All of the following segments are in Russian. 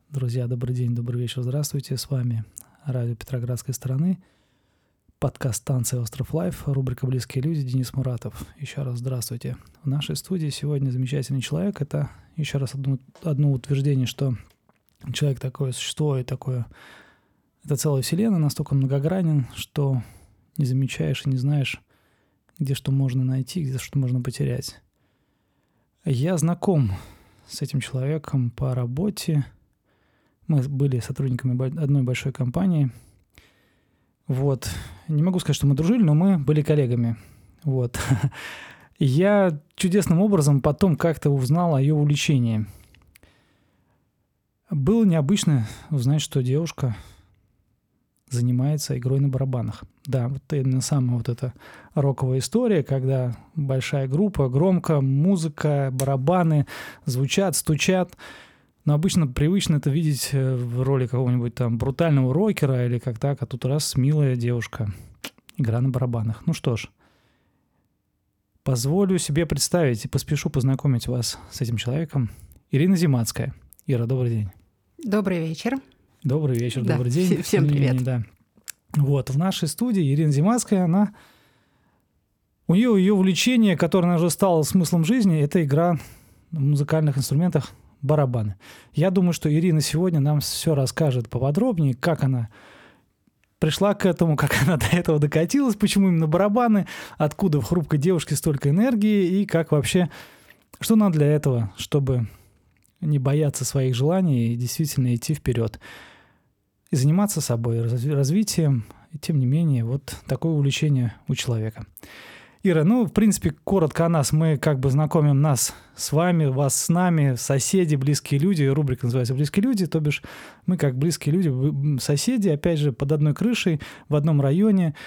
Друзья, добрый день, добрый вечер, здравствуйте. С вами радио Петроградской стороны, подкаст «Станция Остров Лайф», рубрика «Близкие люди», Денис Муратов. Еще раз здравствуйте. В нашей студии сегодня замечательный человек. Это еще раз одно утверждение, что человек такое существо и такое... Это целая вселенная, настолько многогранен, что не замечаешь и не знаешь, где что можно найти, где что можно потерять. Я знаком с этим человеком по работе. Мы были сотрудниками одной большой компании. Вот. Не могу сказать, что мы дружили, но мы были коллегами. Вот. Я чудесным образом потом как-то узнал о ее увлечении. Было необычно узнать, что девушка занимается игрой на барабанах. Да, вот именно самая вот эта роковая история, когда большая группа, громко, музыка, барабаны звучат, стучат. Но обычно привычно это видеть в роли какого-нибудь там брутального рокера или как так, а тут раз милая девушка. Игра на барабанах. Ну что ж, позволю себе представить и поспешу познакомить вас с этим человеком. Ирина Зимацкая. Ира, добрый день. Добрый вечер. Добрый вечер, да, добрый день. Всем привет. Да. Вот, в нашей студии Ирина Зимацкая, у нее ее увлечение, которое уже стало смыслом жизни, это игра на музыкальных инструментах барабаны. Я думаю, что Ирина сегодня нам все расскажет поподробнее, как она пришла к этому, как она до этого докатилась, почему именно барабаны, откуда в хрупкой девушке столько энергии и как вообще, что надо для этого, чтобы не бояться своих желаний и действительно идти вперед. И заниматься собой, развитием, и тем не менее, вот такое увлечение у человека. Ира, в принципе, коротко о нас. Мы как бы знакомим нас с вами, вас с нами, соседи, близкие люди. Рубрика называется «Близкие люди», то бишь мы как близкие люди, соседи, опять же, под одной крышей, в одном районе.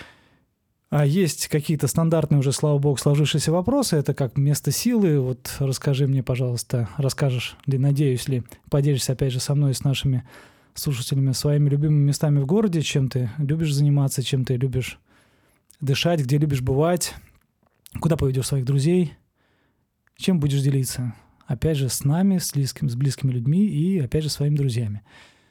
А есть какие-то стандартные уже, слава богу, сложившиеся вопросы. Это как место силы. Вот расскажи мне, пожалуйста, расскажешь ли, надеюсь ли, поделишься опять же со мной и с нашими слушателями своими любимыми местами в городе, чем ты любишь заниматься, чем ты любишь дышать, где любишь бывать, куда поведешь своих друзей, чем будешь делиться. Опять же, с нами, с близкими людьми и, опять же, своими друзьями.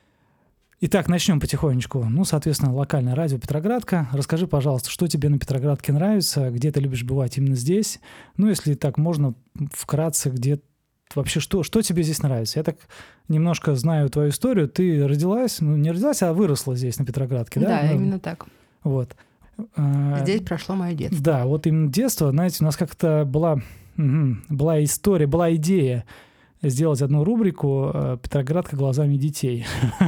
Итак, начнем потихонечку. Соответственно, локальное радио Петроградка. Расскажи, пожалуйста, что тебе на Петроградке нравится, где ты любишь бывать именно здесь. Если так можно, вкратце, где вообще, что тебе здесь нравится? Я так немножко знаю твою историю. Ты родилась, не родилась, а выросла здесь, на Петроградке, да? Да, именно так. Вот. Здесь прошло мое детство. Да, вот именно детство, знаете, у нас как-то была история, была идея сделать одну рубрику «Петроградка глазами детей».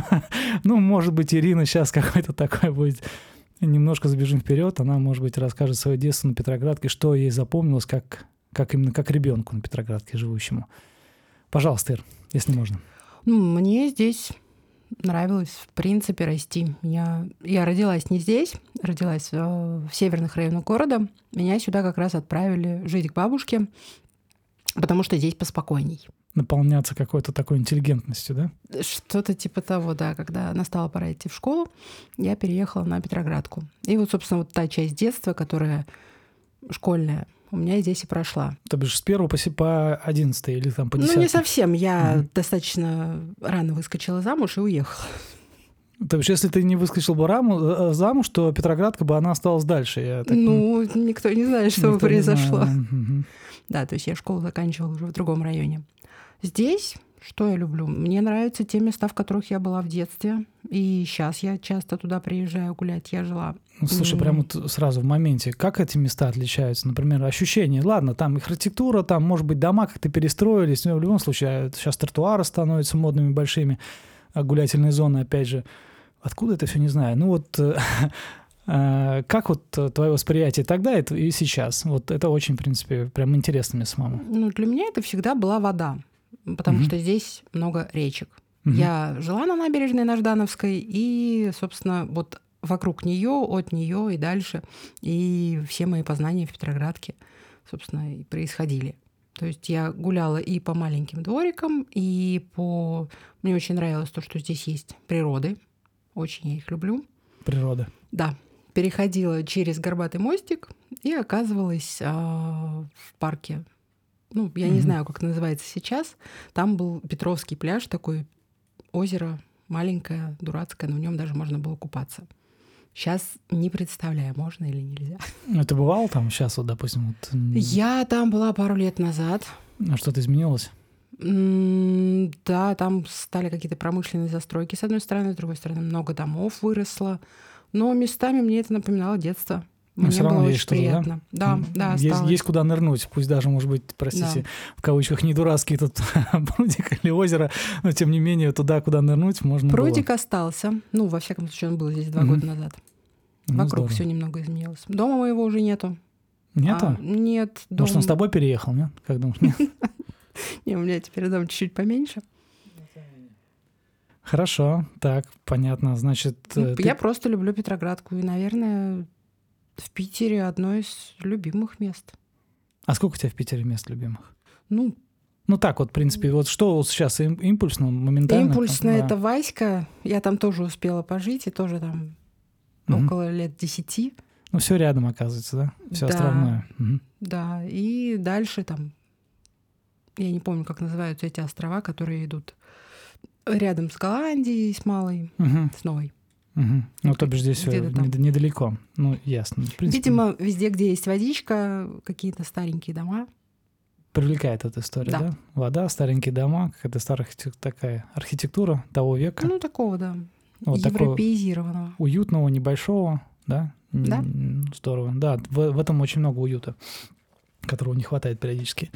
Может быть, Ирина сейчас какой-то такой будет, немножко забежим вперед, она, может быть, расскажет свое детство на Петроградке, что ей запомнилось, как именно как ребенку на Петроградке живущему. Пожалуйста, Ир, если можно. Мне здесь нравилось, в принципе, расти. Я родилась не здесь, родилась в северных районах города. Меня сюда как раз отправили жить к бабушке, потому что здесь поспокойней. Наполняться какой-то такой интеллигентностью, да? Что-то типа того, да. Когда настала пора идти в школу, я переехала на Петроградку. И собственно, та часть детства, которая школьная, у меня здесь и прошла. То бишь с 1 по 11 или там по 10? Не совсем. Я достаточно рано выскочила замуж и уехала. То есть если ты не выскочил бы замуж, то Петроградка бы она осталась дальше. Никто не знает, что бы произошло. Угу. Да, то есть я школу заканчивала уже в другом районе. Здесь что я люблю? Мне нравятся те места, в которых я была в детстве. И сейчас я часто туда приезжаю гулять. Я жила... Слушай, прямо сразу в моменте, как эти места отличаются? Например, ощущения. Ладно, там архитектура, там, может быть, дома как-то перестроились. Но в любом случае, сейчас тротуары становятся модными, большими, гулятельные зоны, опять же. Откуда это все, не знаю. Как твое восприятие тогда и сейчас? Это очень, в принципе, прям интересно мне самому. Для меня это всегда была вода, потому что здесь много речек. Я жила на набережной на Ждановской, и, собственно, вокруг нее, от нее и дальше, и все мои познания в Петроградке, собственно, и происходили. То есть я гуляла и по маленьким дворикам, и Мне очень нравилось то, что здесь есть природы. Очень я их люблю. Природа. Да. Переходила через Горбатый мостик и оказывалась в парке. Я не знаю, как называется сейчас. Там был Петровский пляж, такой озеро маленькое, дурацкое, но в нем даже можно было купаться. Сейчас не представляю, можно или нельзя. Это бывало там сейчас, вот, допустим? Вот... Я там была пару лет назад. А что-то изменилось? Да, там стали какие-то промышленные застройки, с одной стороны, с другой стороны, много домов выросло. Но местами мне это напоминало детство. Мне все было равно очень есть что-то, приятно. Да, да, есть куда нырнуть, пусть даже, может быть, простите, в кавычках, не дурацкий тут прудик или озеро, но тем не менее туда, куда нырнуть, можно Прудик было. остался. Ну, во всяком случае, он был здесь 2 года назад. Вокруг все немного изменилось. Дома моего уже нету. Нету? Нет. Может, он с тобой переехал, нет? Как думаешь, нет? Не, у меня теперь дом чуть-чуть поменьше. Хорошо, так, понятно. Значит, я просто люблю Петроградку. И, наверное, в Питере одно из любимых мест. А сколько у тебя в Питере мест любимых? Ну так вот, в принципе, вот что сейчас импульсно, моментально? Импульсно — это Васька. Я там тоже успела пожить, и тоже там около лет 10. Ну, все рядом, оказывается, да? Все островное. Да, и дальше там, я не помню, как называются эти острова, которые идут рядом с Голландией, с Малой, с Новой. Ну, то бишь здесь все недалеко. Ну, ясно. В принципе, видимо, везде, где есть водичка, какие-то старенькие дома. Привлекает эта история, да? Вода, старенькие дома, какая-то старая такая архитектура того века. Ну, такого, да. Вот европеизированного. Уютного, небольшого, да? Да. Здорово. Да, в этом очень много уюта, которого не хватает периодически.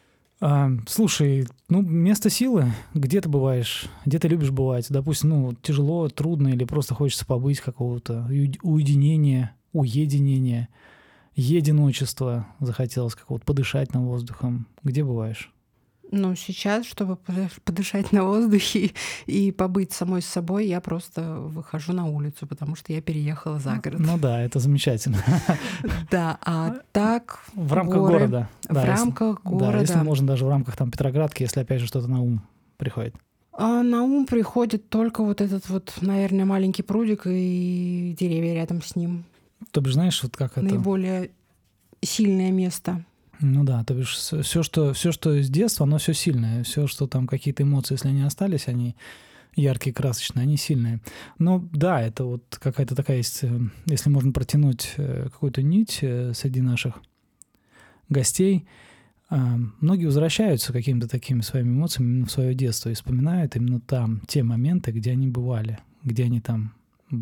Слушай, место силы, где ты бываешь, где ты любишь бывать? Допустим, тяжело, трудно или просто хочется побыть, какого-то уединения, уединения, единочества, захотелось какого-то подышать на воздухом. Где бываешь? Сейчас, чтобы подышать на воздухе и побыть самой с собой, я просто выхожу на улицу, потому что я переехала за город. Ну да, это замечательно. Да, а так в рамках города. В рамках города. Да, если можно даже в рамках там Петроградки, если опять же что-то на ум приходит. А на ум приходит только вот этот вот, наверное, маленький прудик и деревья рядом с ним. То бишь, знаешь, вот как это... Наиболее сильное место. Ну да, то бишь все, что с детства, оно все сильное. Все, что там какие-то эмоции, если они остались, они яркие, красочные, они сильные. Но да, это вот какая-то такая есть, если можно протянуть какую-то нить среди наших гостей, многие возвращаются какими-то такими своими эмоциями именно в свое детство и вспоминают именно там те моменты, где они бывали, где они там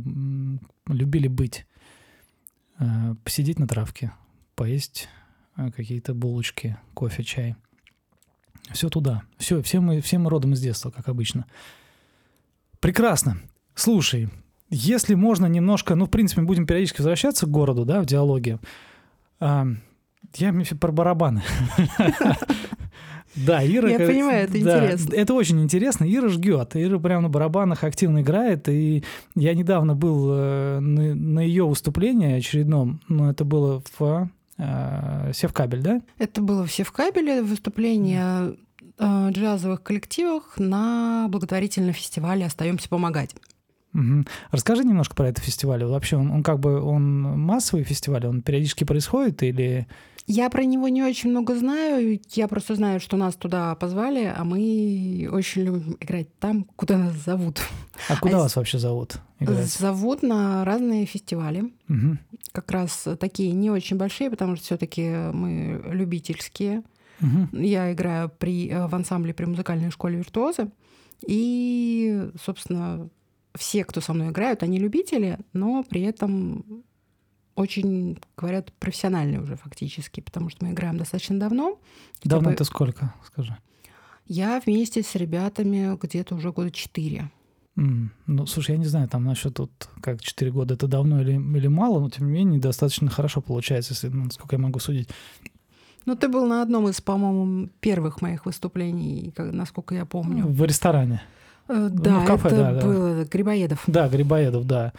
любили быть, посидеть на травке, поесть какие-то булочки, кофе, чай. Все туда. Все мы родом из детства, как обычно. Прекрасно. Слушай, если можно немножко, в принципе, мы будем периодически возвращаться к городу, да, в диалоге. Я имею в виду про барабаны. Да, Ира... Я понимаю, это интересно. Это очень интересно. Ира жгет. Ира прямо на барабанах активно играет. И я недавно был на ее выступлении очередном, но это было в Севкабель, да? Это было в Севкабеле, выступление джазовых коллективах на благотворительном фестивале «Остаемся помогать». Расскажи немножко про этот фестиваль. Вообще он массовый фестиваль, он периодически происходит или... Я про него не очень много знаю. Я просто знаю, что нас туда позвали, а мы очень любим играть там, куда нас зовут. А куда вас вообще зовут играть? Зовут на разные фестивали. Как раз такие не очень большие, потому что все-таки мы любительские. Я играю в ансамбле при музыкальной школе «Виртуозы». И, собственно, все, кто со мной играют, они любители, но при этом очень, говорят, профессиональные уже фактически, потому что мы играем достаточно давно. Давно это сколько, скажи? Я вместе с ребятами где-то уже 4 года. Слушай, я не знаю, там насчет как 4 года это давно или мало, но тем не менее достаточно хорошо получается, если, насколько я могу судить. Ты был на одном из, по-моему, первых моих выступлений, насколько я помню. В ресторане. Да, в кафе, это было Грибоедов. Да, Грибоедов, да.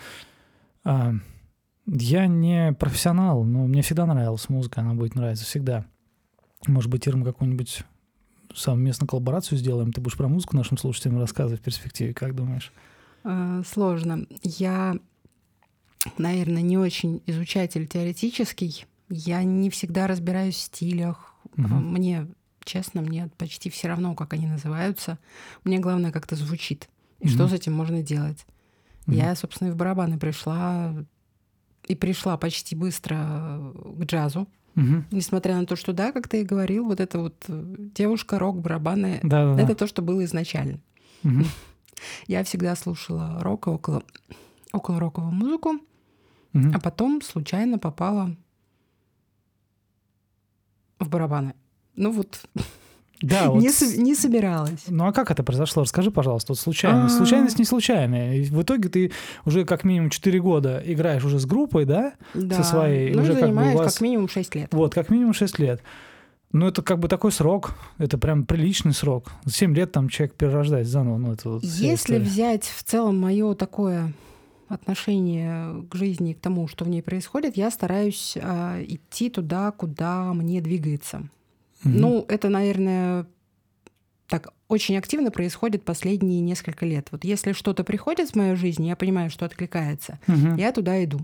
Я не профессионал, но мне всегда нравилась музыка, она будет нравиться всегда. Может быть, Ира, мы какую-нибудь совместную коллаборацию сделаем? Ты будешь про музыку нашим слушателям рассказывать в перспективе, как думаешь? Сложно. Я, наверное, не очень изучатель теоретический. Я не всегда разбираюсь в стилях. Мне, честно, почти все равно, как они называются. Мне главное, как это звучит. и что с этим можно делать. Я, собственно, и в барабаны пришла почти быстро к джазу. Несмотря на то, что, да, как ты и говорил, вот это вот девушка, рок, барабаны, это то, что было изначально. Я всегда слушала рок и около роковую музыку, а потом случайно попала в барабаны. Ну вот, да, не собиралась. Ну а как это произошло? Расскажи, пожалуйста. Вот случайность не случайная. И в итоге ты уже как минимум 4 года играешь уже с группой, да? Да, со своей. ну уже занимаюсь как бы как минимум 6 лет. Вот, как минимум 6 лет. Ну, это как бы такой срок, это прям приличный срок. 7 лет там человек перерождается заново. Ну, это вот если взять в целом мое такое отношение к жизни, к тому, что в ней происходит, я стараюсь идти туда, куда мне двигается. Ну, это, наверное, так очень активно происходит последние несколько лет. Вот если что-то приходит в мою жизнь, я понимаю, что откликается, я туда иду.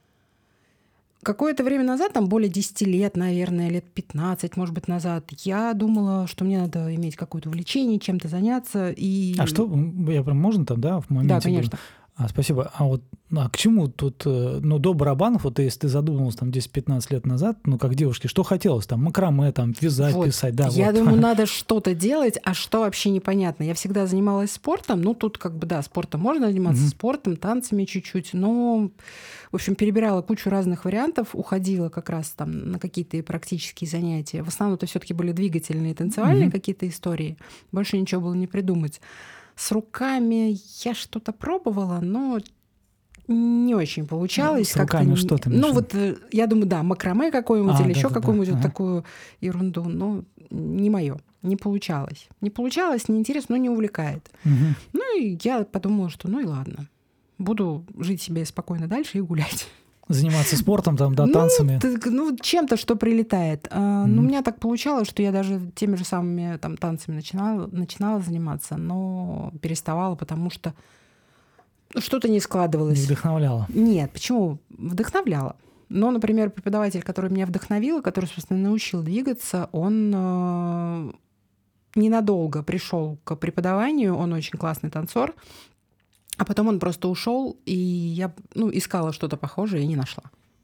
Какое-то время назад, там более 10 лет, наверное, лет 15, может быть, назад, я думала, что мне надо иметь какое-то увлечение, чем-то заняться. А что, я прям можно там, да, в моменте? Да, конечно. Спасибо. А к чему тут, до барабанов, вот если ты задумалась там 10-15 лет назад, как девушке, что хотелось там, макраме, там, вязать, писать, да. Я думаю, надо что-то делать, а что вообще непонятно. Я всегда занималась спортом, тут как бы, да, спортом можно заниматься, спортом, танцами чуть-чуть, но, в общем, перебирала кучу разных вариантов, уходила как раз там на какие-то практические занятия. В основном это все-таки были двигательные, танцевальные какие-то истории. Больше ничего было не придумать. С руками я что-то пробовала, но не очень получалось. С руками что ты? Я думаю, да, макраме какое-нибудь или еще какую-нибудь вот такую ерунду, но не мое. Не получалось. Не получалось, неинтересно, но не увлекает. Ну и я подумала, что ну и ладно. Буду жить себе спокойно дальше и гулять. Заниматься спортом, там, да, танцами. Чем-то, что прилетает. У меня так получалось, что я даже теми же самыми там, танцами начинала заниматься, но переставала, потому что что-то не складывалось. Не вдохновляло? Нет, почему? Вдохновляла. Но, например, преподаватель, который меня вдохновил, который, собственно, научил двигаться, он ненадолго пришел к преподаванию, он очень классный танцор. А потом он просто ушел, и я искала что-то похожее и не нашла.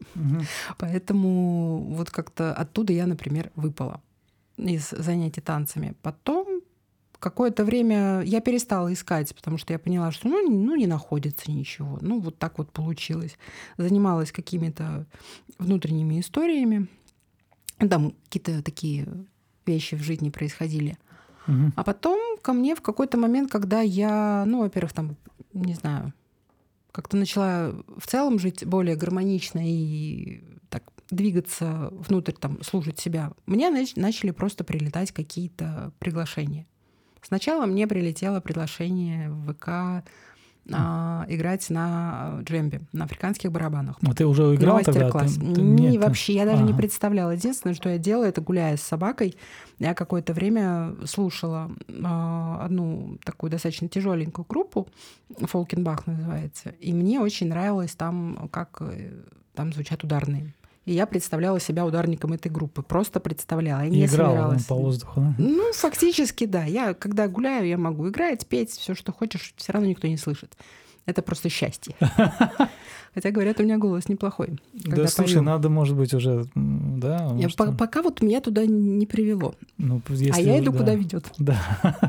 Поэтому вот как-то оттуда я, например, выпала из занятий танцами. Потом какое-то время я перестала искать, потому что я поняла, что не находится ничего. Вот так вот получилось. Занималась какими-то внутренними историями. Там какие-то такие вещи в жизни происходили. А потом ко мне в какой-то момент, когда я, во-первых, там, не знаю, как-то начала в целом жить более гармонично и так двигаться внутрь, там, слушать себя, мне начали просто прилетать какие-то приглашения. Сначала мне прилетело приглашение в ВК играть на джембе, на африканских барабанах. А ты уже играл тогда? Мастер-класс. Нет, вообще, я даже не представляла. Единственное, что я делала, это гуляя с собакой. Я какое-то время слушала одну такую достаточно тяжеленькую группу, Фолкенбах называется, и мне очень нравилось там, как там звучат ударные. И я представляла себя ударником этой группы. Просто представляла. Я не собиралась. По воздуху, да? Фактически, да. Я, когда гуляю, я могу играть, петь, все, что хочешь, все равно никто не слышит. Это просто счастье. Хотя, говорят, у меня голос неплохой. Да, слушай, надо, может быть, уже... Да, пока вот меня туда не привело. Я иду, куда ведет. Да.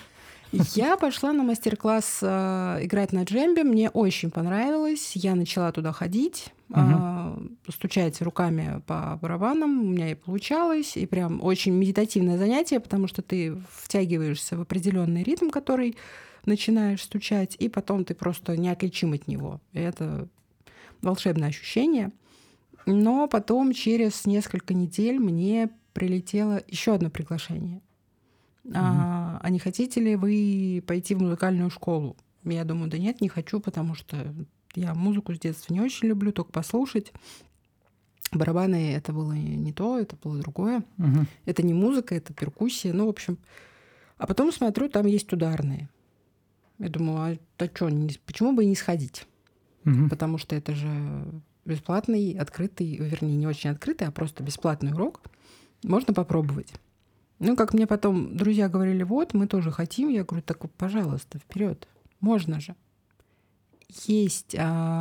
Я пошла на мастер-класс играть на джембе. Мне очень понравилось. Я начала туда ходить, стучать руками по барабанам. У меня и получалось. И прям очень медитативное занятие, потому что ты втягиваешься в определенный ритм, который начинаешь стучать, и потом ты просто неотличим от него. И это волшебное ощущение. Но потом через несколько недель мне прилетело еще одно приглашение. А не хотите ли вы пойти в музыкальную школу? Я думаю, да нет, не хочу, потому что я музыку с детства не очень люблю, только послушать. Барабаны — это было не то, это было другое. Это не музыка, это перкуссия. В общем. А потом смотрю, там есть ударные. Я думаю, почему бы и не сходить? Потому что это же бесплатный, открытый, вернее, не очень открытый, а просто бесплатный урок. Можно попробовать. Как мне потом друзья говорили, вот, мы тоже хотим. Я говорю, так, пожалуйста, вперед. Можно же. Есть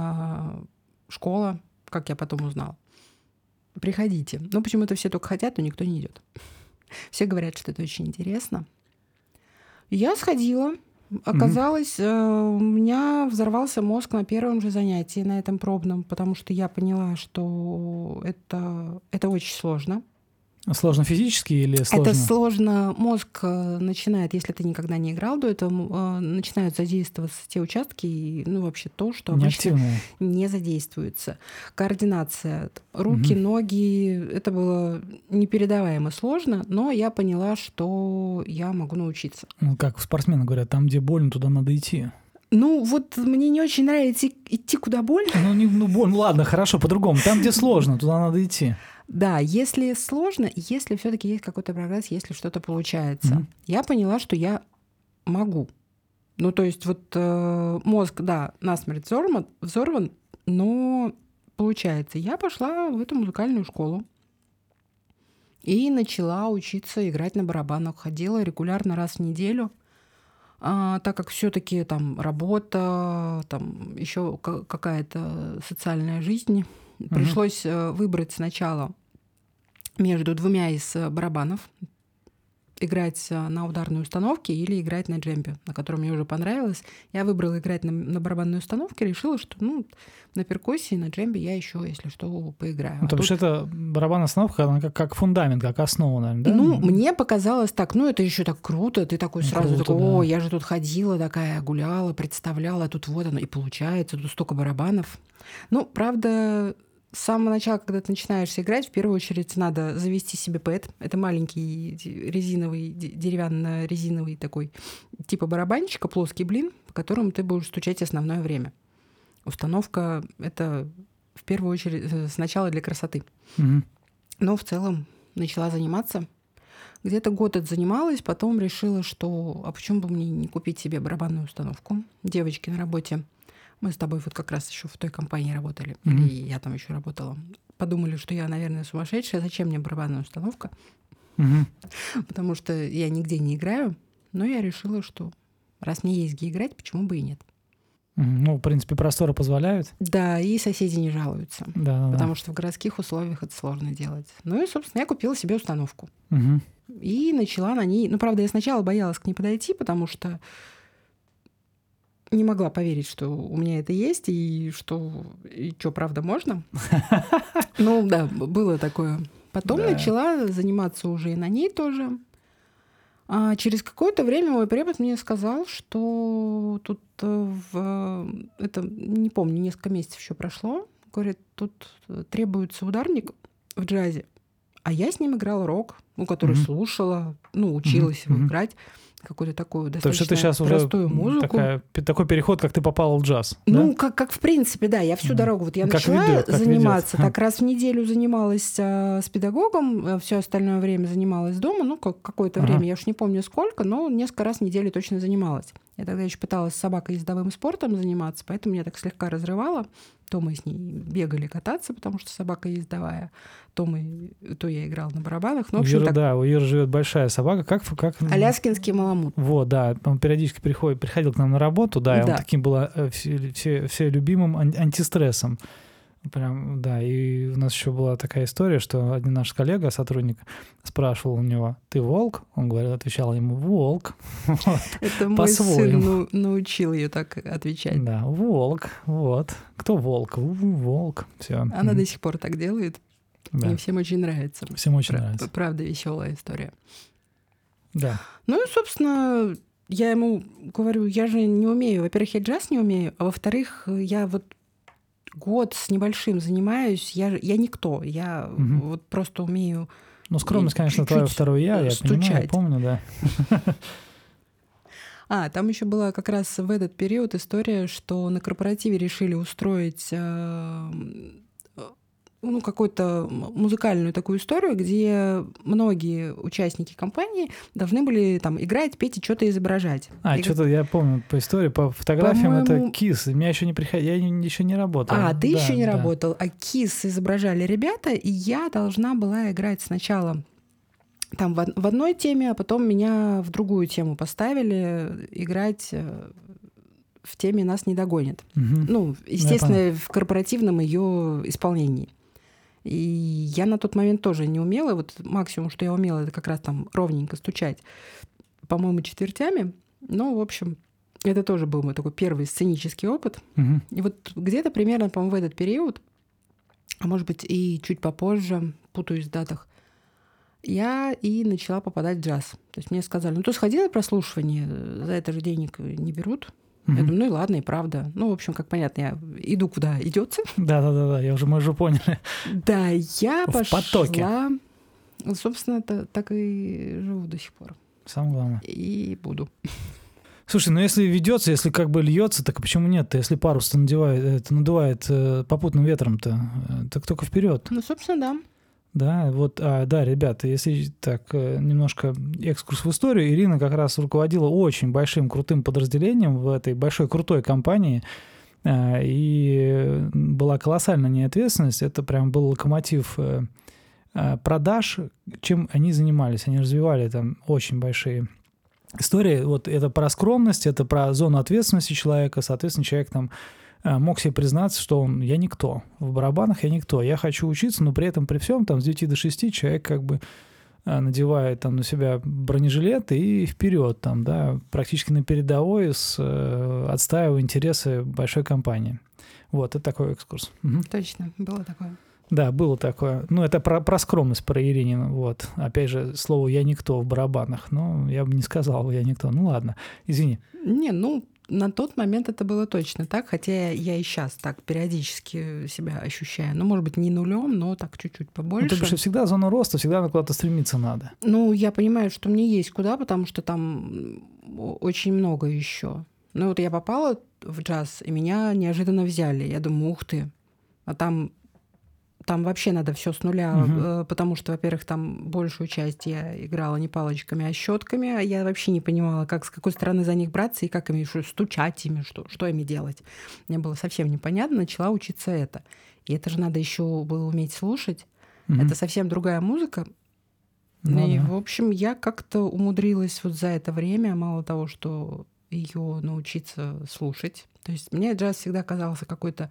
школа, как я потом узнала. Приходите. Но почему-то все только хотят, но никто не идет. Все говорят, что это очень интересно. Я сходила. Оказалось, у меня взорвался мозг на первом же занятии, на этом пробном, потому что я поняла, что это очень сложно. Сложно физически или сложно? Это сложно. Мозг начинает, если ты никогда не играл до этого, начинают задействоваться те участки, ну, вообще то, что обычно не задействуется. Координация. Руки, ноги. Это было непередаваемо сложно, но я поняла, что я могу научиться. Ну, как спортсмены говорят, там, где больно, туда надо идти. Ну, вот мне не очень нравится идти куда больно. Ну, ладно, хорошо, по-другому. Там, где сложно, туда надо идти. Да, если сложно, если все-таки есть какой-то прогресс, если что-то получается. Я поняла, что я могу. Ну, то есть вот мозг, да, насмерть взорван, но получается. Я пошла в эту музыкальную школу и начала учиться играть на барабанах. Ходила регулярно раз в неделю, так как все-таки там работа, там еще какая-то социальная жизнь. Пришлось выбрать сначала между двумя из барабанов, играть на ударной установке или играть на джембе, на котором мне уже понравилось. Я выбрала играть на барабанной установке, решила, что на перкуссии, на джембе я еще, если что, поиграю. Потому что это барабанная установка, она как фундамент, как основа, наверное, да? Ну, мне показалось так, это еще так круто, ты такой сразу такой, я же тут ходила такая, гуляла, представляла, тут вот оно, и получается, тут столько барабанов. Ну, правда, с самого начала, когда ты начинаешь играть, в первую очередь надо завести себе пэд. Это маленький резиновый, деревянно-резиновый такой типа барабанчика, плоский блин, по которому ты будешь стучать основное время. Установка — это в первую очередь сначала для красоты. Но в целом начала заниматься. Где-то год отзанималась, потом решила, что почему бы мне не купить себе барабанную установку. Девочки на работе, мы с тобой вот как раз еще в той компании работали, или я там еще работала, подумали, что я, наверное, сумасшедшая, зачем мне барабанная установка? Потому что я нигде не играю, но я решила, что раз мне есть где играть, почему бы и нет. Ну, в принципе, просторы позволяют. Да, и соседи не жалуются, потому что в городских условиях это сложно делать. Ну и, собственно, я купила себе установку. И начала на ней... Ну, правда, я сначала боялась к ней подойти, потому что не могла поверить, что у меня это есть, и что правда, можно. Ну, да, было такое. Потом начала заниматься уже и на ней тоже. А через какое-то время мой препод мне сказал, что тут это, не помню, несколько месяцев еще прошло. Говорит, тут требуется ударник в джазе. А я с ним играла рок, который слушала, училась играть какую-то такую достаточно простую музыку. Такой переход, как ты попала в джаз. Ну, да? как в принципе, да. Я всю дорогу я начала заниматься. Так раз в неделю занималась с педагогом, все остальное время занималась дома. Какое-то время, я уж не помню сколько, но несколько раз в неделю точно занималась. Я тогда еще пыталась с собакой ездовым спортом заниматься, поэтому меня так слегка разрывало. То мы с ней бегали кататься, потому что собака ездовая, то я играла на барабанах. Ну, в общем, у Иры живет большая собака. Как... Аляскинский маламут. Вот, да. Он периодически приходил к нам на работу, да, и он таким был все любимым антистрессом. Прям, да, и у нас еще была такая история, что один наш коллега, сотрудник, спрашивал у него: «Ты волк?» Он отвечал ему: «Волк». Это мой сын научил ее так отвечать. Да, волк, вот. Кто волк? Волк. Все. Она до сих пор так делает. Да. Мне всем очень нравится. Всем очень нравится. Правда, веселая история. Да. Ну и, собственно, я ему говорю, я же не умею. Во-первых, я джаз не умею, а во-вторых, я вот год с небольшим занимаюсь, я никто. Я вот просто умею. Ну, скромность, конечно, твое второе я стучать. Понимаю, я помню, да. Там еще была как раз в этот период история, что на корпоративе решили устроить какую-то музыкальную такую историю, где многие участники компании должны были там играть, петь и что-то изображать. Что-то я помню по истории, по фотографиям, это KISS. Меня еще не приходил, я еще не работал. Ты еще не работал. А KISS изображали ребята, и я должна была играть сначала там в одной теме, а потом меня в другую тему поставили играть в теме нас не догонит. Мгм. Ну, естественно, в корпоративном ее исполнении. И я на тот момент тоже не умела. Вот максимум, что я умела, это как раз там ровненько стучать, по-моему, четвертями. Ну, в общем, это тоже был мой такой первый сценический опыт. Мгм. И вот где-то примерно, по-моему, в этот период, а может быть и чуть попозже, путаюсь в датах, я и начала попадать в джаз. То есть мне сказали, ну, ты сходи на прослушивание, за это же денег не берут. Я Мгм. думаю, ну и ладно, и правда. Ну, в общем, как понятно, я иду мы уже поняли. Да, я В потоке. пошла. Собственно, так и живу до сих пор. Самое главное. И буду. Слушай, ну если ведется, если как бы льется, так почему нет-то? Если парус-то надувает попутным ветром-то, так только вперед. Ну, собственно, да. Да, вот, да, ребята, если так немножко экскурс в историю, Ирина как раз руководила очень большим крутым подразделением в этой большой крутой компании, и была колоссальная неответственность. Это прям был локомотив продаж, чем они занимались. Они развивали там очень большие истории. Вот это про скромность, это про зону ответственности человека. Соответственно, человек там мог себе признаться, что я никто. В барабанах я никто. Я хочу учиться, но при этом, при всем, там, с 9 до 6 человек как бы надевает там на себя бронежилет и вперед, там, да, практически на передовой, отстаивая интересы большой компании. Вот, это такой экскурс. Угу. Точно, было такое. Да, было такое. Ну, это про скромность, про Иринину. Вот. Опять же, слово «я никто» в барабанах. Но я бы не сказал «я никто». Ну, ладно, извини. Не, ну, на тот момент это было точно так, хотя я и сейчас так периодически себя ощущаю. Ну, может быть, не нулем, но так чуть-чуть побольше. Ну, потому что всегда зона роста, всегда куда-то стремиться надо. Ну, я понимаю, что мне есть куда, потому что там очень много еще. Ну, вот я попала в джаз, и меня неожиданно взяли. Я думаю, ух ты. А там вообще надо все с нуля, потому что, во-первых, там большую часть я играла не палочками, а щетками, а я вообще не понимала, с какой стороны за них браться и как ими стучать ими, что ими делать. Мне было совсем непонятно, начала учиться это. И это же надо еще было уметь слушать. Это совсем другая музыка. Ну, и, да. в общем, я как-то умудрилась вот за это время, мало того, что ее научиться слушать. То есть мне джаз всегда казался какой-то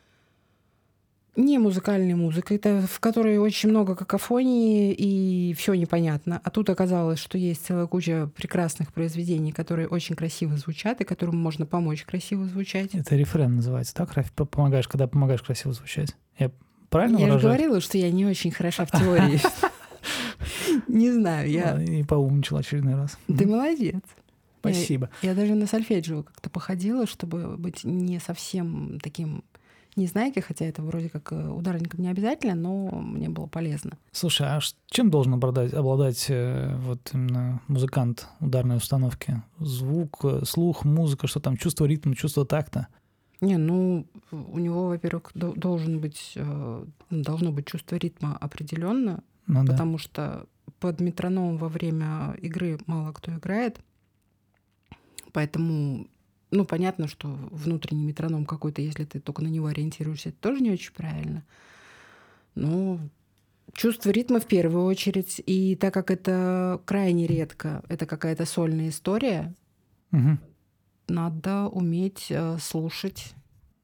не музыкальной музыкой, в которой очень много какофонии и все непонятно. А тут оказалось, что есть целая куча прекрасных произведений, которые очень красиво звучат и которым можно помочь красиво звучать. Это рефрен называется, так? Помогаешь, когда помогаешь красиво звучать. Я правильно выражаюсь? Я же говорила, что я не очень хороша в теории. Не знаю, я... И поумничала очередной раз. Ты молодец. Спасибо. Я даже на сольфеджио как-то походила, чтобы быть не совсем таким незнайкой, хотя это вроде как ударником не обязательно, но мне было полезно. Слушай, а чем должен обладать вот именно музыкант ударной установки? Звук, слух, музыка, что там, чувство ритма, чувство такта? Не, ну, у него, во-первых, должно быть чувство ритма определенно, потому что под метроном во время игры мало кто играет, поэтому... Ну, понятно, что внутренний метроном какой-то, если ты только на него ориентируешься, это тоже не очень правильно. Но чувство ритма в первую очередь. И так как это крайне редко, это какая-то сольная история, надо уметь слушать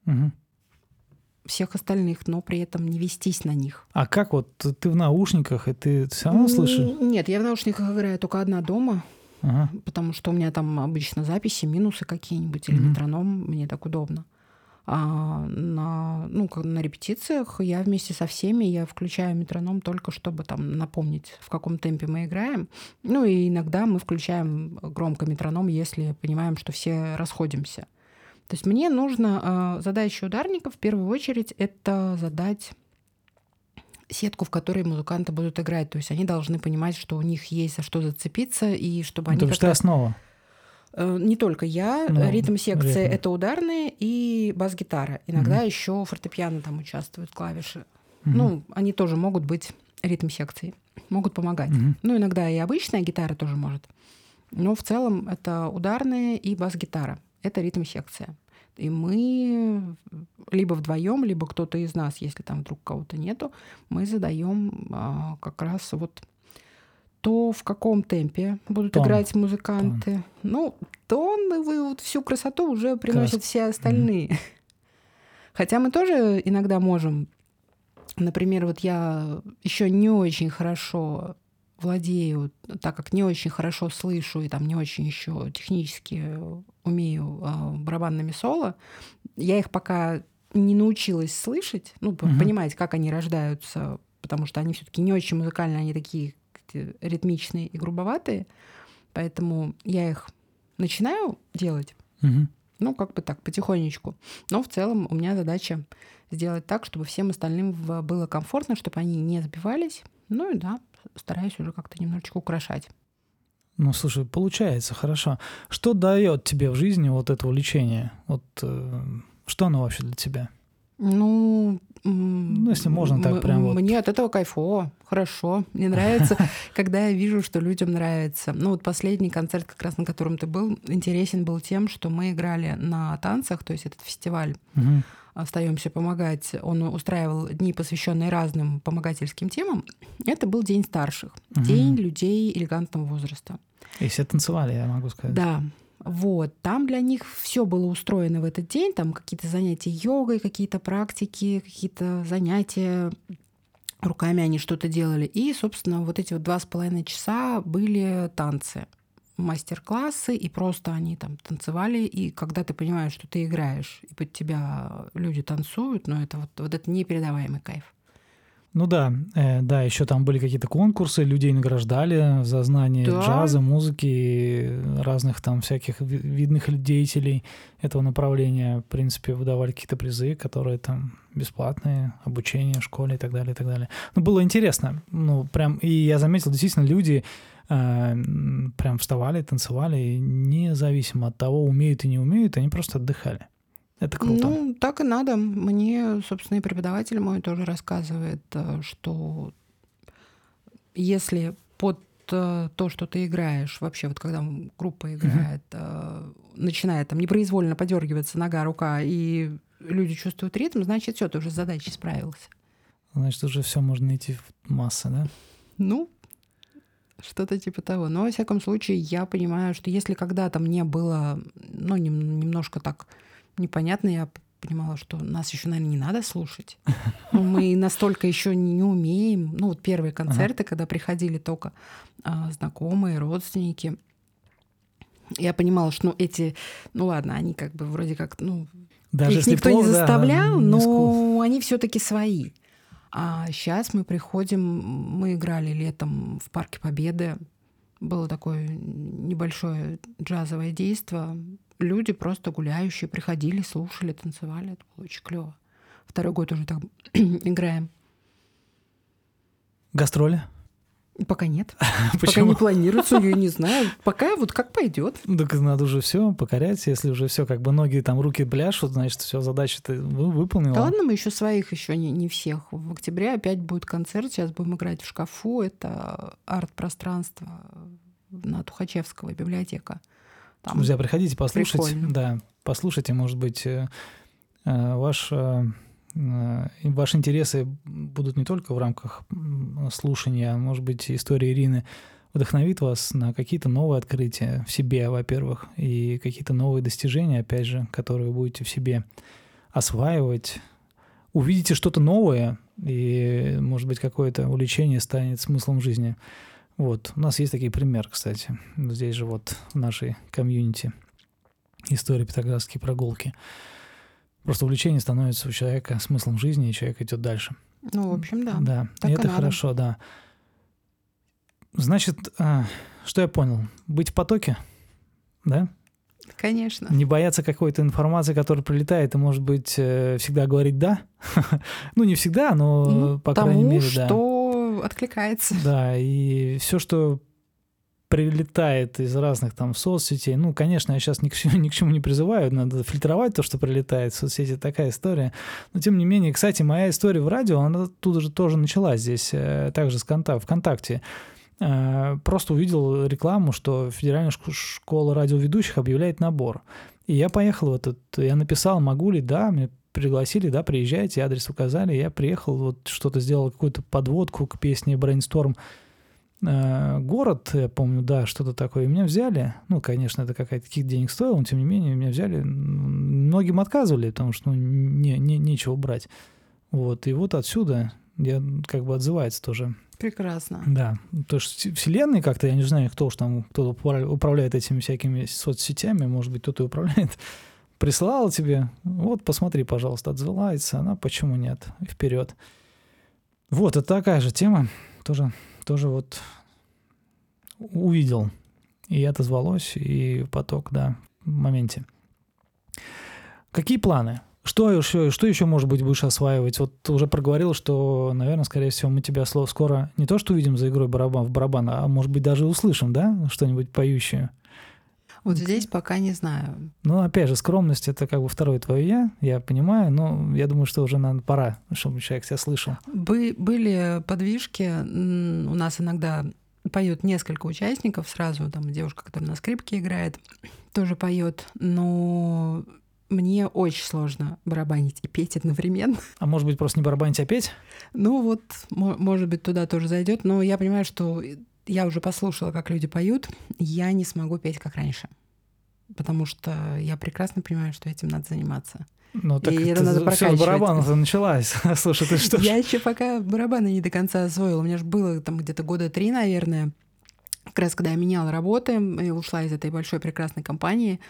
всех остальных, но при этом не вестись на них. А как вот ты в наушниках, и ты все равно слышишь? Нет, я в наушниках играю только одна дома. Потому что у меня там обычно записи, минусы какие-нибудь или метроном, мне так удобно. А на репетициях я вместе со всеми, я включаю метроном только чтобы там напомнить, в каком темпе мы играем. Ну и иногда мы включаем громко метроном, если понимаем, что все расходимся. То есть мне нужно задача ударников в первую очередь это задать сетку, в которой музыканты будут играть. То есть они должны понимать, что у них есть за что зацепиться, и чтобы они... То есть ты основа. Не только я. Ритм-секция — это ударные и бас-гитара. Иногда еще фортепиано там участвуют, клавиши. Ну, они тоже могут быть ритм-секцией, могут помогать. Ну, иногда и обычная гитара тоже может. Но в целом это ударные и бас-гитара. Это ритм-секция. И мы либо вдвоем, либо кто-то из нас, если там вдруг кого-то нету, мы задаем как раз вот то в каком темпе будут играть музыканты. Ну, тон и вот всю красоту уже приносят все остальные. Хотя мы тоже иногда можем. Например, вот я еще не очень хорошо владею, так как не очень хорошо слышу и там не очень еще технически умею барабанными соло, я их пока не научилась слышать, ну, понимать, как они рождаются, потому что они все-таки не очень музыкальные, они такие ритмичные и грубоватые, поэтому я их начинаю делать, ну, как бы так, потихонечку. Но в целом у меня задача сделать так, чтобы всем остальным было комфортно, чтобы они не сбивались. Ну и да, стараюсь уже как-то немножечко украшать. Ну, слушай, получается, хорошо. Что дает тебе в жизни вот это увлечение? Вот что оно вообще для тебя? Ну, если можно так прям вот. Мне от этого кайфово, хорошо. Мне нравится, когда я вижу, что людям нравится. Ну, вот последний концерт, как раз на котором ты был, интересен был тем, что мы играли на танцах, то есть этот фестиваль «Остаемся помогать», он устраивал дни, посвященные разным помогательским темам. Это был День старших, День людей элегантного возраста. И все танцевали, я могу сказать. Да. Вот, там для них все было устроено в этот день, там какие-то занятия йогой, какие-то практики, какие-то занятия, руками они что-то делали. И, собственно, вот эти вот 2,5 часа были танцы, мастер-классы, и просто они там танцевали, и когда ты понимаешь, что ты играешь, и под тебя люди танцуют, ну это вот это непередаваемый кайф. Ну да, еще там были какие-то конкурсы, людей награждали за знание джаза, музыки, разных там всяких видных деятелей этого направления. В принципе, выдавали какие-то призы, которые там бесплатные, обучение в школе и так далее, и так далее. Ну, было интересно. Ну, прям, и я заметил, действительно, люди прям вставали, танцевали, и независимо от того, умеют и не умеют, они просто отдыхали. Это круто. Ну, так и надо. Мне, собственно, и преподаватель мой тоже рассказывает, что если под то, что ты играешь, вообще вот когда группа играет, начинает там непроизвольно подергиваться нога, рука, и люди чувствуют ритм, значит, все, ты уже с задачей справился. Значит, уже все можно идти в массы, да? Ну, что-то типа того. Но, во всяком случае, я понимаю, что если когда-то мне было, ну, немножко так непонятно, я понимала, что нас еще, наверное, не надо слушать. Мы настолько еще не умеем. Ну, вот первые концерты, когда приходили только знакомые, родственники, я понимала, что ну ладно, они как бы вроде как, ну, даже их никто не заставлял, но они все-таки свои. А сейчас мы приходим, мы играли летом в Парке Победы, было такое небольшое джазовое действо. Люди просто гуляющие приходили, слушали, танцевали. Это было очень клево. 2-й год уже так играем. Гастроли? Пока нет. Почему? Пока не планируется, я не знаю. Пока вот как пойдет. Так надо уже все покорять. Если уже все, как бы ноги, там руки пляшут, значит, все, задача ты выполнила. Да ладно, мы еще своих еще не всех. В октябре опять будет концерт. Сейчас будем играть в шкафу. Это арт-пространство на Тухачевского, библиотека. Там друзья, приходите послушать. Прикольно. Да, послушайте, может быть, ваши интересы будут не только в рамках слушания, а может быть, история Ирины вдохновит вас на какие-то новые открытия в себе, во-первых, и какие-то новые достижения, опять же, которые вы будете в себе осваивать. Увидите что-то новое, и, может быть, какое-то увлечение станет смыслом жизни. Вот, у нас есть такие примеры, кстати. Здесь же вот в нашей комьюнити история петроградские прогулки. Просто увлечение становится у человека смыслом жизни, и человек идет дальше. Ну, в общем, да. Да, так и это хорошо, да. Значит, что я понял? Быть в потоке, да? Конечно. Не бояться какой-то информации, которая прилетает, и, может быть, всегда говорить «да». Ну, не всегда, но, по крайней мере, да. Что откликается. Да, и все, что прилетает из разных там соцсетей, ну, конечно, я сейчас ни к чему не призываю, надо фильтровать то, что прилетает в соцсети, такая история. Но, тем не менее, кстати, моя история в радио, она тут же тоже началась здесь, также с ВКонтакте. Просто увидел рекламу, что Федеральная школа радиоведущих объявляет набор. И я поехал в этот, я написал, могу ли, да, мне пригласили, да, приезжайте, адрес указали, я приехал, вот что-то сделал, какую-то подводку к песне «Brainstorm», город, я помню, да, что-то такое, и меня взяли. Ну, конечно, это каких-то денег стоило, но тем не менее меня взяли. Многим отказывали, потому что нечего брать. Вот, и вот отсюда я как бы отзывается тоже. Прекрасно. Да, то есть вселенной как-то, я не знаю, кто управляет этими всякими соцсетями, может быть, кто-то и управляет, прислала тебе, вот, посмотри, пожалуйста, отзывается она, почему нет, вперед. Вот, это такая же тема, тоже вот увидел, и отозвалось, и поток, да, в моменте. Какие планы? Что еще, может быть, будешь осваивать? Вот ты уже проговорил, что, наверное, скорее всего, мы тебя скоро не то что увидим за игрой в барабан, а может быть, даже услышим, да, что-нибудь поющее? Вот здесь пока не знаю. Ну, опять же, скромность — это как бы второе твое я понимаю, но я думаю, что уже пора, чтобы человек тебя слышал. Были подвижки, у нас иногда поет несколько участников сразу, там девушка, которая на скрипке играет, тоже поет, но мне очень сложно барабанить и петь одновременно. А может быть, просто не барабанить, а петь? Ну вот, может быть, туда тоже зайдет, но я понимаю, что я уже послушала, как люди поют, я не смогу петь, как раньше. Потому что я прекрасно понимаю, что этим надо заниматься. Ну, так и это надо прокачивать. Все с барабана началась. Слушай, ты что? Я еще пока барабаны не до конца освоила. У меня же было там где-то 3 года, наверное, как раз когда я меняла работы, и ушла из этой большой прекрасной компании,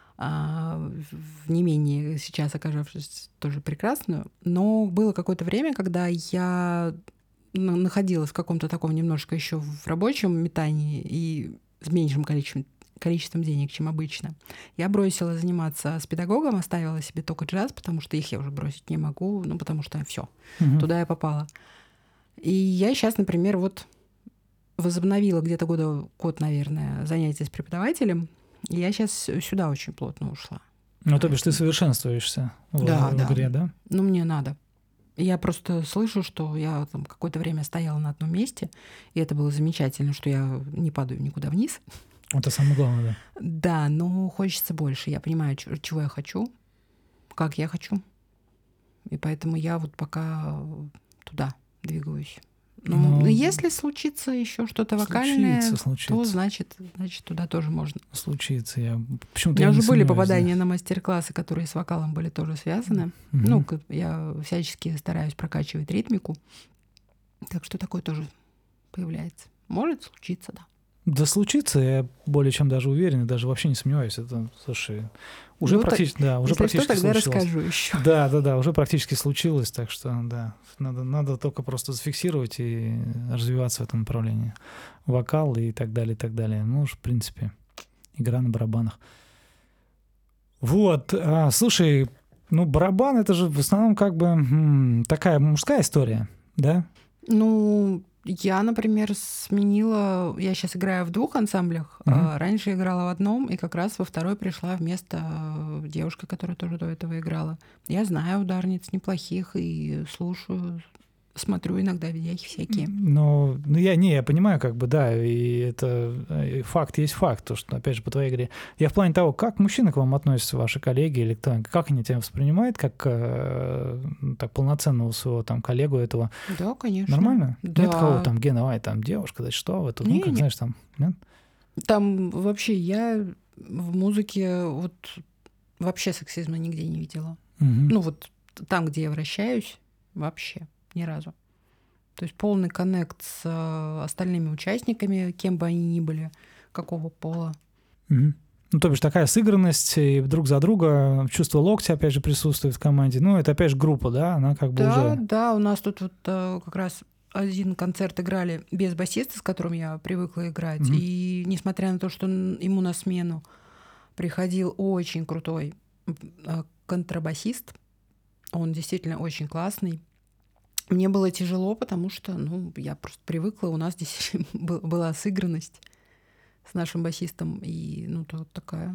в не менее сейчас оказавшись тоже прекрасную. Но было какое-то время, когда я находилась в каком-то таком немножко еще в рабочем метании и с меньшим количеством денег, чем обычно. Я бросила заниматься с педагогом, оставила себе только джаз, потому что их я уже бросить не могу, потому что все, туда я попала. И я сейчас, например, вот возобновила где-то год, наверное, занятия с преподавателем, и я сейчас сюда очень плотно ушла. Ну, то бишь ты совершенствуешься в игре, да? Ну, мне надо. Я просто слышу, что я там какое-то время стояла на одном месте, и это было замечательно, что я не падаю никуда вниз. Это самое главное, да. Да, но хочется больше. Я понимаю, чего я хочу, как я хочу. И поэтому я вот пока туда двигаюсь. Но если случится еще что-то вокальное, то значит туда тоже можно. Случится. У меня уже были попадания на мастер-классы, которые с вокалом были тоже связаны. Ну, я всячески стараюсь прокачивать ритмику. Так что такое тоже появляется. Может случиться, да. Да случится, я более чем даже уверен, и даже вообще не сомневаюсь. Это, слушай, уже практически, да, уже практически что, тогда случилось. Расскажу еще. Да, уже практически случилось, так что, да, надо только просто зафиксировать и развиваться в этом направлении. Вокал и так далее, и так далее. Ну уж, в принципе, игра на барабанах. Вот, слушай, барабан — это же в основном как бы такая мужская история, да? Ну, я, например, сменила... Я сейчас играю в 2 ансамблях. Раньше играла в одном, и как раз во второй пришла вместо девушки, которая тоже до этого играла. Я знаю ударниц неплохих и слушаю, смотрю иногда видяхи всякие. Я понимаю, как бы, да, и это факт есть факт, то, что, опять же, по твоей игре. Я в плане того, как мужчины к вам относятся, ваши коллеги, или кто, как они тебя воспринимают, как так, полноценного своего там коллегу этого? Да, конечно. Нормально? Да. Нет такого там, Гена, там девушка, да что вы тут, как знаешь, там, нет? Там вообще я в музыке вот вообще сексизма нигде не видела. Ну вот там, где я вращаюсь, вообще. Ни разу. То есть полный коннект с остальными участниками, кем бы они ни были, какого пола. Ну, то бишь такая сыгранность, и друг за друга, чувство локтя, опять же, присутствует в команде. Ну, это, опять же, группа, да? Она как бы уже... Да, у нас тут вот как раз один концерт играли без басиста, с которым я привыкла играть. И несмотря на то, что ему на смену приходил очень крутой контрабасист, он действительно очень классный. Мне было тяжело, потому что, я просто привыкла, у нас здесь была сыгранность с нашим басистом, и, то вот такая.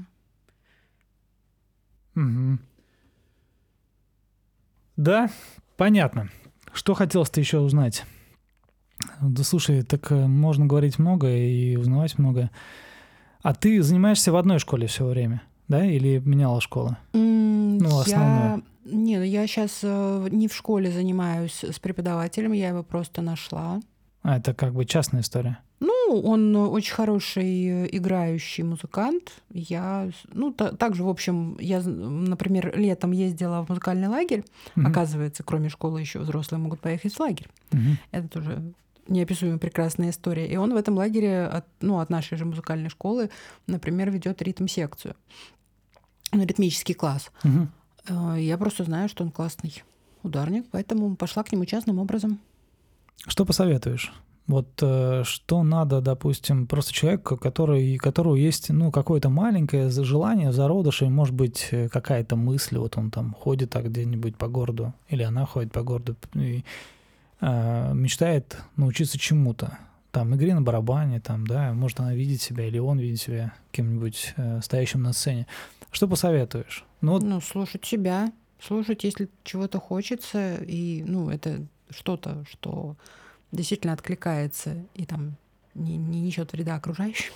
Да, понятно. Что хотелось-то еще узнать? Да слушай, так можно говорить многое и узнавать многое. А ты занимаешься в одной школе все время, да? Или меняла школу? Основную. Я сейчас не в школе занимаюсь с преподавателем, я его просто нашла. Это как бы частная история? Он очень хороший играющий музыкант. Также, в общем, я, например, летом ездила в музыкальный лагерь. Оказывается, кроме школы еще взрослые могут поехать в лагерь. Это тоже неописуемо прекрасная история. И он в этом лагере от нашей же музыкальной школы, например, ведет ритм-секцию. Ритмический класс. Я просто знаю, что он классный ударник, поэтому пошла к нему частным образом. Что посоветуешь? Что надо, допустим, просто человеку, у которого есть какое-то маленькое желание в зародыше, может быть, какая-то мысль, он там ходит где-нибудь по городу, или она ходит по городу и мечтает научиться чему-то. Там, игре на барабане, может она видит себя, или он видит себя кем-нибудь стоящим на сцене. Что посоветуешь? Слушать себя, слушать, если чего-то хочется, и, это что-то, что действительно откликается и там не несет вреда окружающим,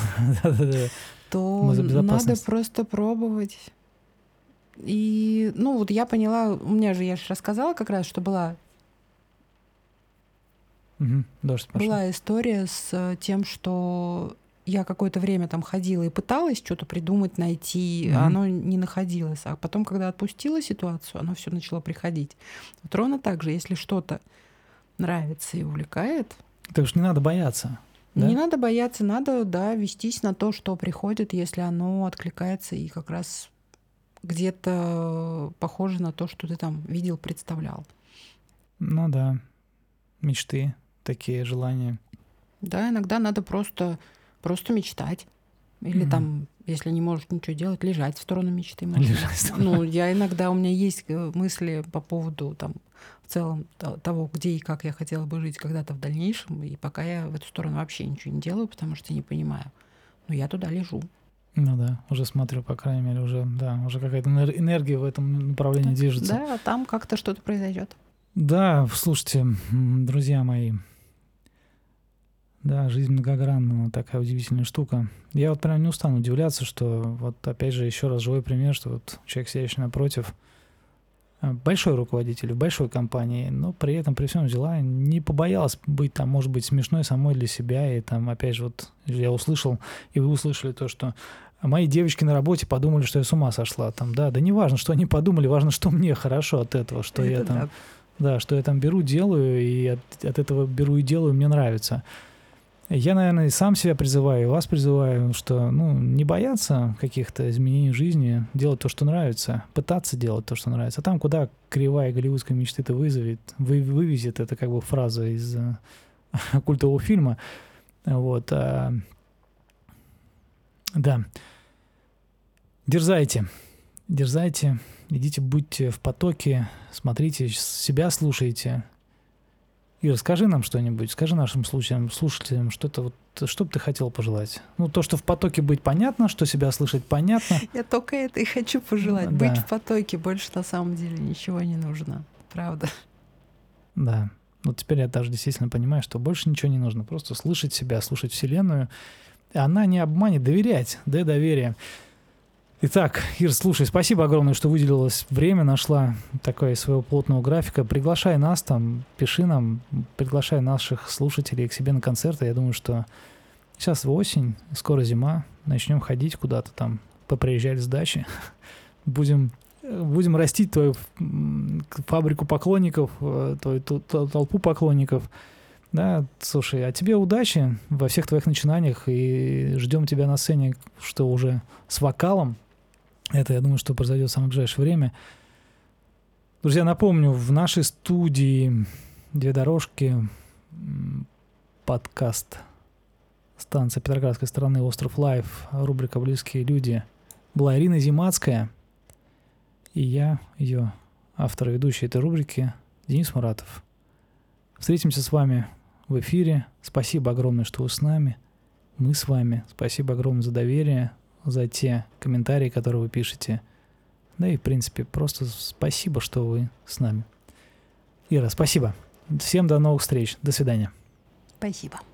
то надо просто пробовать. И, я поняла, я же рассказала как раз, что была история с тем, что я какое-то время там ходила и пыталась что-то придумать, найти, а оно не находилось. А потом, когда отпустила ситуацию, оно все начало приходить. Ровно так же, если что-то нравится и увлекает. Так что не надо бояться. Да? Не надо бояться, надо, вестись на то, что приходит, если оно откликается и как раз где-то похоже на то, что ты там видел, представлял. Мечты, такие желания. Да, иногда надо просто мечтать. Или там, если не можешь ничего делать, лежать в сторону мечты. Я иногда, у меня есть мысли по поводу в целом того, где и как я хотела бы жить когда-то в дальнейшем, и пока я в эту сторону вообще ничего не делаю, потому что не понимаю. Но я туда лежу. Уже смотрю, по крайней мере, уже какая-то энергия в этом направлении движется. Да, там как-то что-то произойдет. Да, слушайте, друзья мои, жизнь многогранная, такая удивительная штука. Я прям не устану удивляться, что опять же еще раз живой пример, что человек, сидящий напротив, большой руководитель в большой компании, но при этом, при всем взяла, не побоялась быть может быть, смешной самой для себя. И опять же, я услышал, и вы услышали то, что мои девочки на работе подумали, что я с ума сошла. Да не важно, что они подумали, важно, что мне хорошо от этого, что я там... Да, что я там беру, делаю, и от этого беру и делаю, мне нравится. Я, наверное, и сам себя призываю, и вас призываю, что, не бояться каких-то изменений в жизни, делать то, что нравится, пытаться делать то, что нравится. А там, куда кривая голливудская мечта вывезет, это как бы фраза из культового фильма. Да. Дерзайте, идите, будьте в потоке, смотрите, себя слушайте. Ира, скажи нам что-нибудь, скажи нашим слушателям, что бы ты хотел пожелать? То, что в потоке быть понятно, что себя слышать понятно. Я только это и хочу пожелать. Да. Быть в потоке, больше на самом деле ничего не нужно. Правда. Да. Теперь я даже действительно понимаю, что больше ничего не нужно. Просто слышать себя, слушать Вселенную. И она не обманет, доверять, доверие. Итак, Ир, слушай, спасибо огромное, что выделилось время, нашла такое своего плотного графика. Приглашай нас пиши нам, приглашай наших слушателей к себе на концерты. Я думаю, что сейчас осень, скоро зима, начнем ходить куда-то поприезжать с дачи. Будем растить твою фабрику поклонников, твою толпу поклонников. Да, слушай, а тебе удачи во всех твоих начинаниях, и ждем тебя на сцене, что уже с вокалом. Это, я думаю, что произойдет в самое ближайшее время. Друзья, напомню, в нашей студии «Две дорожки», подкаст станция Петроградской стороны, Остров Лайв, рубрика «Близкие люди», была Ирина Зимацкая, и я, ее автор и ведущий этой рубрики, Денис Муратов. Встретимся с вами в эфире. Спасибо огромное, что вы с нами. Мы с вами. Спасибо огромное за доверие, за те комментарии, которые вы пишете. Да и, в принципе, просто спасибо, что вы с нами. Ира, спасибо. Всем до новых встреч. До свидания. Спасибо.